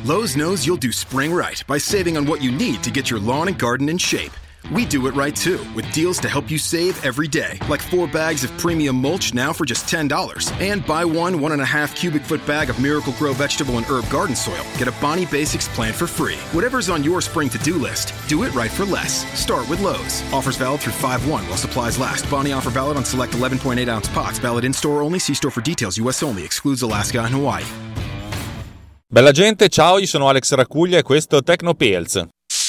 Lowe's knows you'll do spring right by saving on what you need to get your lawn and garden in shape. We do it right too, with deals to help you save every day, like 4 bags of premium mulch now for just $10. And buy 1.5 cubic foot bag of Miracle-Gro vegetable and herb garden soil. Get a Bonnie Basics plant for free. Whatever's on your spring to-do list, do it right for less. Start with Lowe's. Offers valid through 5/1 while supplies last. Bonnie offer valid on select 11.8-ounce pots. Valid in-store only. See store for details. U.S. only. Excludes Alaska and Hawaii. Bella gente, ciao, io sono Alex Racuglia e questo è Tecnopills.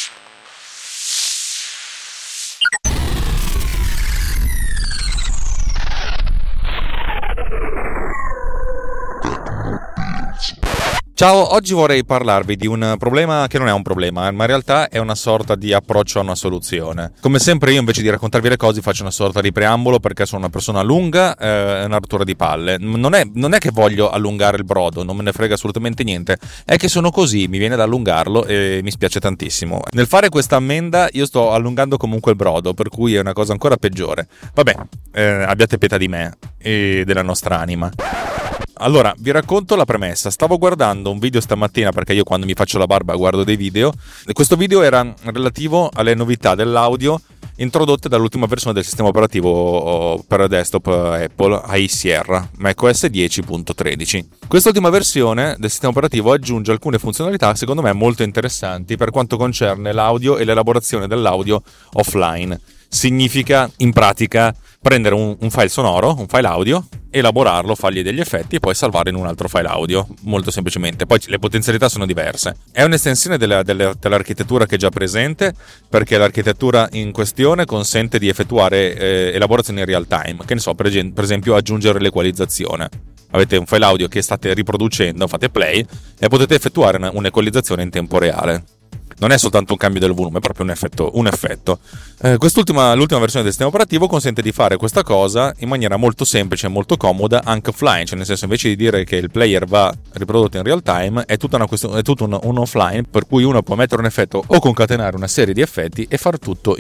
Ciao, oggi vorrei parlarvi di un problema che non è un problema, ma in realtà è una sorta di approccio a una soluzione. Come sempre io invece di raccontarvi le cose faccio una sorta di preambolo perché sono una persona lunga e una rottura di palle. Non è che voglio allungare il brodo, non me ne frega assolutamente niente, è che sono così, mi viene da allungarlo e mi spiace tantissimo. Nel fare questa ammenda io sto allungando comunque il brodo, per cui è una cosa ancora peggiore. Vabbè, abbiate pietà di me e della nostra anima. Allora, vi racconto la premessa. Stavo guardando un video stamattina, perché io quando mi faccio la barba guardo dei video, e questo video era relativo alle novità dell'audio introdotte dall'ultima versione del sistema operativo per desktop Apple, High Sierra, macOS 10.13. Quest'ultima versione del sistema operativo aggiunge alcune funzionalità secondo me molto interessanti per quanto concerne l'audio e l'elaborazione dell'audio offline. Significa, in pratica, prendere un file sonoro, un file audio, elaborarlo, fargli degli effetti e poi salvarlo in un altro file audio, molto semplicemente. Poi le potenzialità sono diverse. È un'estensione dell'architettura che è già presente, perché l'architettura in questione consente di effettuare elaborazioni in real time, che ne so, per esempio aggiungere l'equalizzazione. Avete un file audio che state riproducendo, fate play e potete effettuare un'equalizzazione in tempo reale. Non è soltanto un cambio del volume, è proprio un effetto. L'ultima versione del sistema operativo consente di fare questa cosa in maniera molto semplice e molto comoda anche offline, cioè nel senso, invece di dire che il player va riprodotto in real time, è tutto un offline, per cui uno può mettere un effetto o concatenare una serie di effetti e far tutto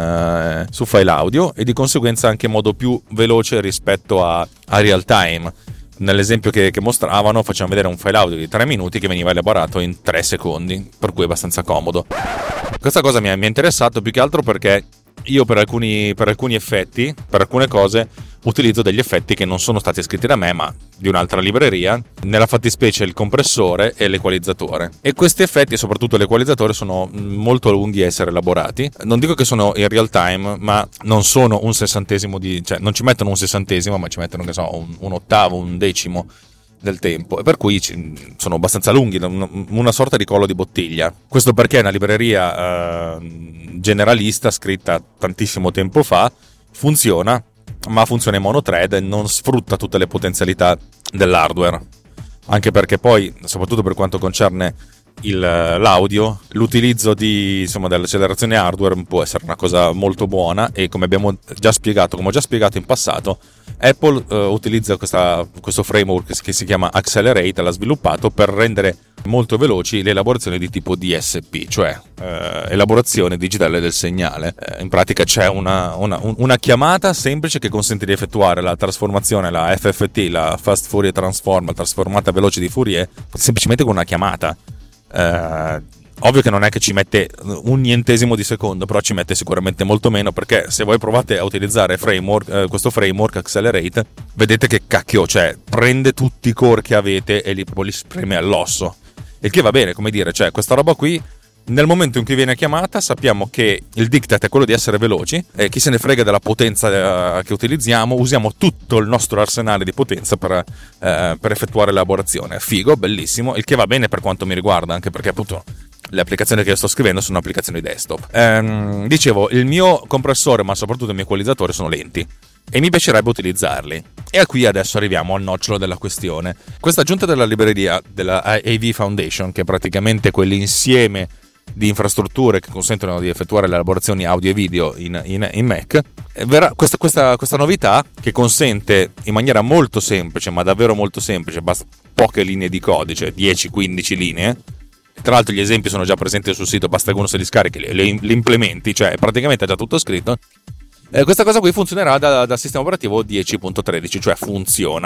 su file audio, e di conseguenza anche in modo più veloce rispetto a real time. Nell'esempio che mostravano facevano vedere un file audio di 3 minuti che veniva elaborato in 3 secondi, per cui è abbastanza comodo. Questa cosa mi ha interessato più che altro perché io per alcuni effetti, per alcune cose, utilizzo degli effetti che non sono stati scritti da me ma di un'altra libreria, nella fattispecie il compressore e l'equalizzatore. E questi effetti, e soprattutto l'equalizzatore, sono molto lunghi a essere elaborati. Non dico che sono in real time, ma non sono un sessantesimo cioè non ci mettono un sessantesimo, ma ci mettono, che so, un ottavo, un decimo del tempo, e per cui sono abbastanza lunghi, una sorta di collo di bottiglia. Questo perché è una libreria generalista scritta tantissimo tempo fa, funziona in monothread e non sfrutta tutte le potenzialità dell'hardware, anche perché poi, soprattutto per quanto concerne l'audio, l'utilizzo dell'accelerazione hardware può essere una cosa molto buona, e come ho già spiegato in passato, Apple utilizza questo framework che si chiama Accelerate, l'ha sviluppato per rendere molto veloci le elaborazioni di tipo DSP, cioè elaborazione digitale del segnale. In pratica c'è una chiamata semplice che consente di effettuare la trasformazione, la FFT, la Fast Fourier Transform, la trasformata veloce di Fourier, semplicemente con una chiamata. Ovvio che non è che ci mette un nientesimo di secondo, però ci mette sicuramente molto meno, perché se voi provate a utilizzare questo framework Accelerate, vedete che cacchio, cioè prende tutti i core che avete e li spreme all'osso, il che va bene, come dire, cioè questa roba qui, nel momento in cui viene chiamata sappiamo che il diktat è quello di essere veloci, e chi se ne frega della potenza che usiamo tutto il nostro arsenale di potenza per effettuare l'elaborazione. Figo, bellissimo, il che va bene per quanto mi riguarda, anche perché appunto le applicazioni che io sto scrivendo sono applicazioni desktop. Dicevo, il mio compressore, ma soprattutto il mio equalizzatore, sono lenti e mi piacerebbe utilizzarli. E qui adesso arriviamo al nocciolo della questione. Questa aggiunta della libreria della AV Foundation, che è praticamente quell'insieme di infrastrutture che consentono di effettuare le elaborazioni audio e video in Mac, questa novità, che consente in maniera molto semplice, ma davvero molto semplice, basta poche linee di codice, 10-15 linee. Tra l'altro gli esempi sono già presenti sul sito, basta che uno se li scarichi, li implementi, cioè praticamente è già tutto scritto. Questa cosa qui funzionerà dal sistema operativo 10.13, cioè funziona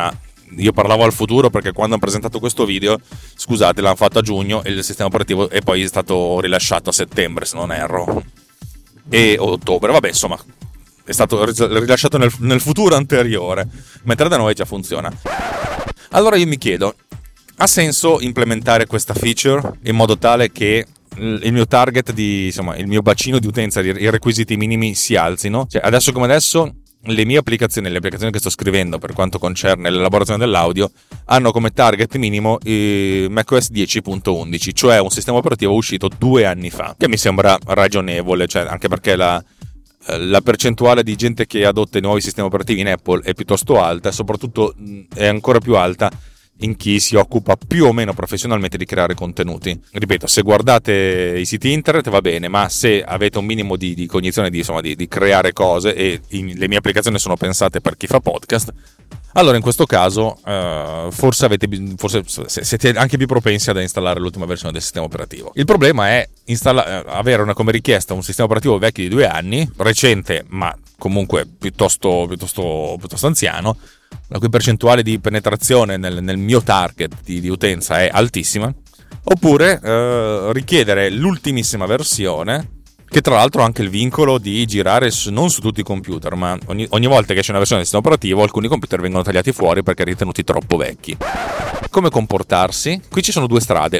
io parlavo al futuro perché quando hanno presentato questo video, scusate, l'hanno fatto a giugno e il sistema operativo è poi stato rilasciato a settembre, se non erro, e ottobre, vabbè, insomma, è stato rilasciato nel futuro anteriore, mentre da noi già funziona. Allora io mi chiedo, ha senso implementare questa feature in modo tale che il mio target il mio bacino di utenza, i requisiti minimi si alzino? Cioè, adesso come adesso le mie applicazioni, le applicazioni che sto scrivendo per quanto concerne l'elaborazione dell'audio, hanno come target minimo macOS 10.11, cioè un sistema operativo uscito 2 anni fa, che mi sembra ragionevole, cioè, anche perché la percentuale di gente che adotta i nuovi sistemi operativi in Apple è piuttosto alta, e soprattutto è ancora più alta in chi si occupa più o meno professionalmente di creare contenuti. Ripeto, se guardate i siti internet va bene, ma se avete un minimo di cognizione di creare cose, e le mie applicazioni sono pensate per chi fa podcast, allora in questo caso forse siete anche più propensi ad installare l'ultima versione del sistema operativo. Il problema è avere come richiesta un sistema operativo vecchio di 2 anni, recente ma comunque piuttosto anziano, la cui percentuale di penetrazione nel mio target di utenza è altissima, oppure richiedere l'ultimissima versione, che tra l'altro ha anche il vincolo di girare non su tutti i computer, ma ogni volta che c'è una versione del sistema operativo alcuni computer vengono tagliati fuori perché ritenuti troppo vecchi. Come comportarsi? Qui ci sono 2 strade.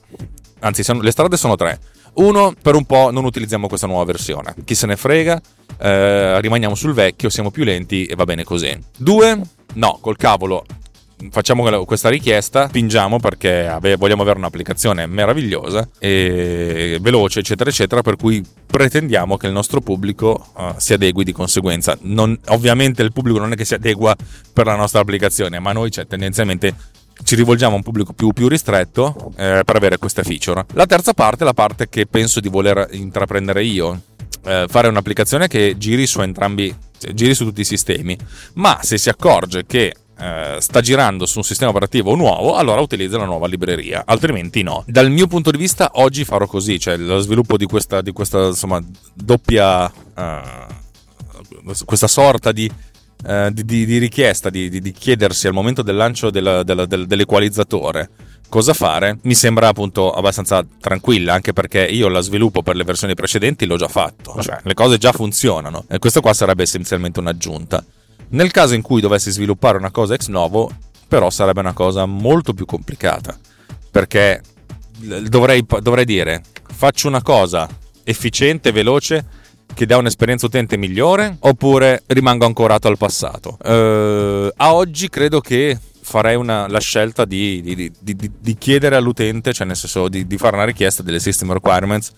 Le strade sono 3. 1, per un po' non utilizziamo questa nuova versione, chi se ne frega, rimaniamo sul vecchio, siamo più lenti e va bene così. 2, no, col cavolo, facciamo questa richiesta, spingiamo perché vogliamo avere un'applicazione meravigliosa e veloce, eccetera eccetera, per cui pretendiamo che il nostro pubblico si adegui di conseguenza. Ovviamente il pubblico non è che si adegua per la nostra applicazione, ma noi tendenzialmente ci rivolgiamo a un pubblico più ristretto per avere questa feature. La terza parte è la parte che penso di voler intraprendere io, fare un'applicazione che giri su tutti i sistemi, ma se si accorge che sta girando su un sistema operativo nuovo, allora utilizza la nuova libreria, altrimenti no. Dal mio punto di vista oggi farò così, cioè lo sviluppo di questa insomma doppia questa sorta di richiesta di chiedersi al momento del lancio dell'equalizzatore cosa fare, mi sembra appunto abbastanza tranquilla, anche perché io la sviluppo per le versioni precedenti, l'ho già fatto, cioè le cose già funzionano, e questo qua sarebbe essenzialmente un'aggiunta. Nel caso in cui dovessi sviluppare una cosa ex novo, però sarebbe una cosa molto più complicata, perché dovrei dire faccio una cosa efficiente, veloce, che dà un'esperienza utente migliore, oppure rimango ancorato al passato. A oggi credo che farei la scelta di chiedere all'utente, cioè nel senso di fare una richiesta delle system requirements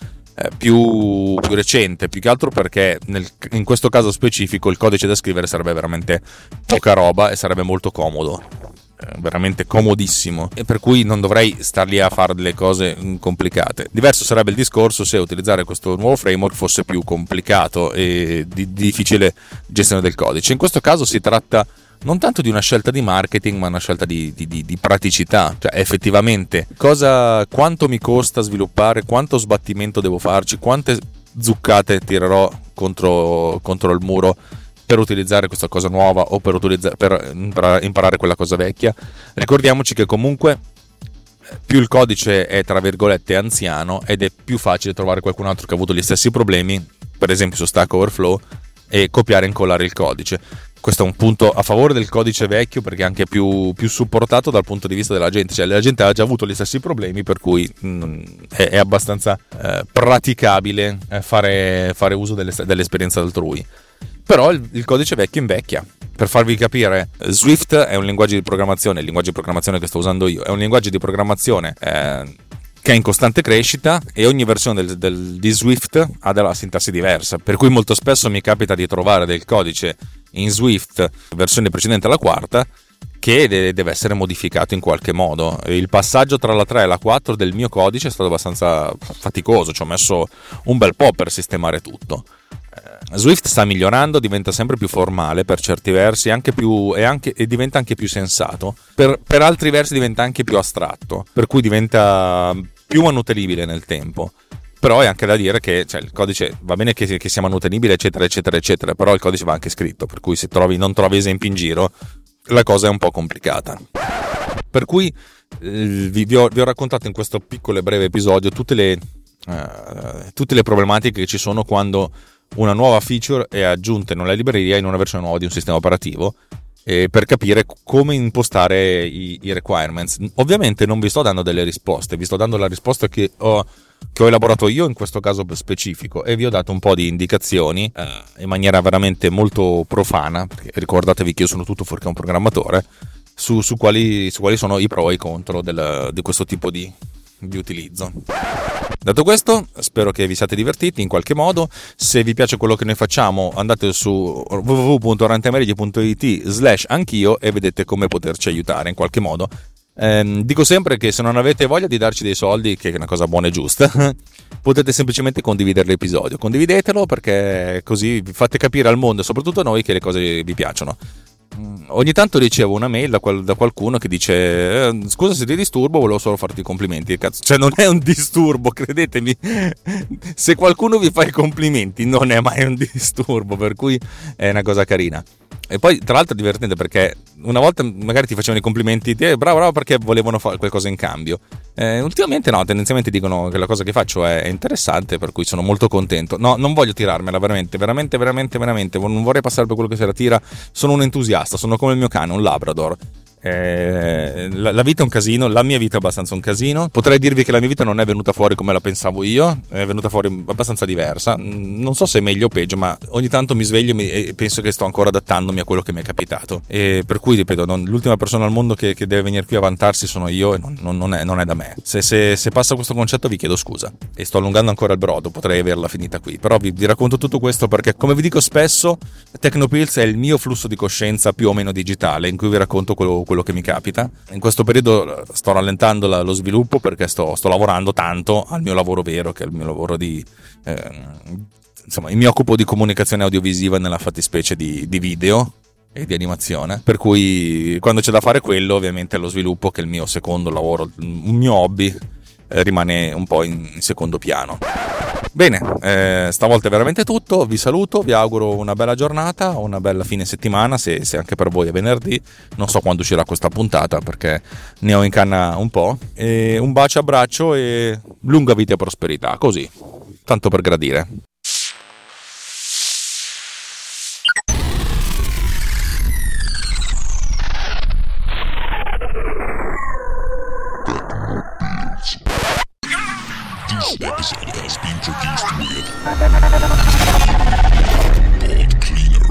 più recente, più che altro perché in questo caso specifico il codice da scrivere sarebbe veramente poca roba e sarebbe molto comodo, veramente comodissimo, e per cui non dovrei star lì a fare delle cose complicate. Diverso sarebbe il discorso se utilizzare questo nuovo framework fosse più complicato e di difficile gestione del codice. In questo caso si tratta non tanto di una scelta di marketing, ma una scelta di praticità, cioè effettivamente quanto mi costa sviluppare, quanto sbattimento devo farci, quante zuccate tirerò contro il muro per utilizzare questa cosa nuova o per imparare quella cosa vecchia. Ricordiamoci che comunque più il codice è tra virgolette anziano, ed è più facile trovare qualcun altro che ha avuto gli stessi problemi, per esempio su Stack Overflow, e copiare e incollare il codice. Questo è un punto a favore del codice vecchio, perché è anche più supportato dal punto di vista della gente, cioè la gente ha già avuto gli stessi problemi, per cui è abbastanza praticabile fare uso dell'esperienza altrui. Però il codice vecchio invecchia. Per farvi capire, Swift è un linguaggio di programmazione, il linguaggio di programmazione che sto usando io è un linguaggio di programmazione che è in costante crescita, e ogni versione di Swift ha della sintassi diversa, per cui molto spesso mi capita di trovare del codice in Swift versione precedente alla 4 che deve essere modificato in qualche modo. Il passaggio tra la 3 e la 4 del mio codice è stato abbastanza faticoso, ci ho messo un bel po' per sistemare tutto. Swift sta migliorando, diventa sempre più formale per certi versi, e diventa anche più sensato. Per altri versi diventa anche più astratto, per cui diventa più manutenibile nel tempo. Però è anche da dire che il codice va bene che sia manutenibile, eccetera eccetera eccetera, però il codice va anche scritto, per cui se non trovi esempi in giro la cosa è un po' complicata. Per cui vi ho raccontato in questo piccolo e breve episodio tutte le problematiche che ci sono quando una nuova feature è aggiunta in una libreria in una versione nuova di un sistema operativo, per capire come impostare i requirements. Ovviamente non vi sto dando delle risposte, vi sto dando la risposta che ho elaborato io in questo caso specifico, e vi ho dato un po' di indicazioni in maniera veramente molto profana, perché ricordatevi che io sono tutto fuorché un programmatore, su quali sono i pro e i contro di questo tipo di utilizzo. Detto questo, spero che vi siate divertiti in qualche modo. Se vi piace quello che noi facciamo, andate su www.orientemedia.it/anch'io e vedete come poterci aiutare in qualche modo. Dico sempre che se non avete voglia di darci dei soldi, che è una cosa buona e giusta, potete semplicemente condividere l'episodio. Condividetelo, perché così vi fate capire al mondo e soprattutto a noi che le cose vi piacciono. Ogni tanto ricevo una mail da qualcuno che dice scusa se ti disturbo, volevo solo farti i complimenti. Cazzo, cioè non è un disturbo, credetemi. Se qualcuno vi fa i complimenti non è mai un disturbo, per cui è una cosa carina. E poi tra l'altro è divertente, perché una volta magari ti facevano i complimenti, bravo, perché volevano fare qualcosa in cambio. Ultimamente no, tendenzialmente dicono che la cosa che faccio è interessante, per cui sono molto contento. No, non voglio tirarmela, veramente, non vorrei passare per quello che se la tira. Sono un entusiasta, sono come il mio cane, un Labrador. La vita è un casino, la mia vita è abbastanza un casino. Potrei dirvi che la mia vita non è venuta fuori come la pensavo io, è venuta fuori abbastanza diversa. Non so se è meglio o peggio, ma ogni tanto mi sveglio e penso che sto ancora adattandomi a quello che mi è capitato, e per cui ripeto, l'ultima persona al mondo che deve venire qui a vantarsi sono io, e non è da me. Se passa questo concetto vi chiedo scusa, e sto allungando ancora il brodo, potrei averla finita qui, però vi racconto tutto questo perché, come vi dico spesso, Tecnopills è il mio flusso di coscienza più o meno digitale, in cui vi racconto quello che mi capita. In questo periodo sto rallentando lo sviluppo, perché sto lavorando tanto al mio lavoro vero, che è il mio lavoro di insomma, mi occupo di comunicazione audiovisiva, nella fattispecie di video e di animazione, per cui quando c'è da fare quello, ovviamente lo sviluppo, che è il mio secondo lavoro, un mio hobby, rimane un po' in secondo piano. Bene, stavolta è veramente tutto, vi saluto, vi auguro una bella giornata, una bella fine settimana, se anche per voi è venerdì, non so quando uscirà questa puntata perché ne ho in canna un po', e un bacio, abbraccio e lunga vita e prosperità, così, tanto per gradire. This episode has been produced with Pod Cleaner.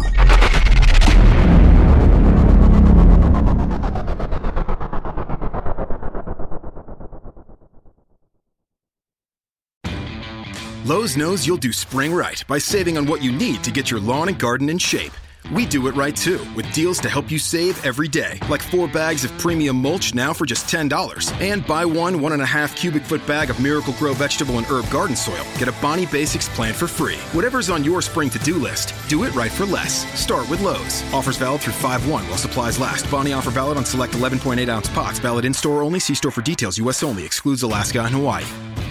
Lowe's knows you'll do spring right by saving on what you need to get your lawn and garden in shape. We do it right too, with deals to help you save every day, like 4 bags of premium mulch now for just $10. And buy 1.5 cubic foot bag of Miracle-Gro vegetable and herb garden soil. Get a Bonnie Basics plan for free. Whatever's on your spring to-do list, do it right for less. Start with Lowe's. Offers valid through 5/1 while supplies last. Bonnie offer valid on select 11.8-ounce pots. Valid in-store only. See store for details. U.S. only. Excludes Alaska and Hawaii.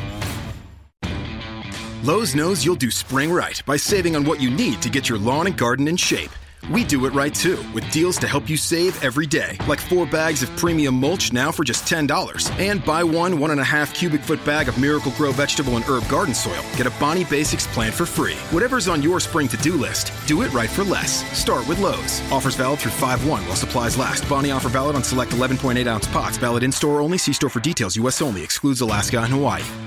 Lowe's knows you'll do spring right by saving on what you need to get your lawn and garden in shape. We do it right too, with deals to help you save every day, like 4 bags of premium mulch now for just $10. And buy 1.5 cubic foot bag of Miracle-Gro vegetable and herb garden soil. Get a Bonnie Basics plan for free. Whatever's on your spring to-do list, do it right for less. Start with Lowe's. Offers valid through 5/1 while supplies last. Bonnie offer valid on select 11.8-ounce pots. Valid in-store only. See store for details. U.S. only. Excludes Alaska and Hawaii.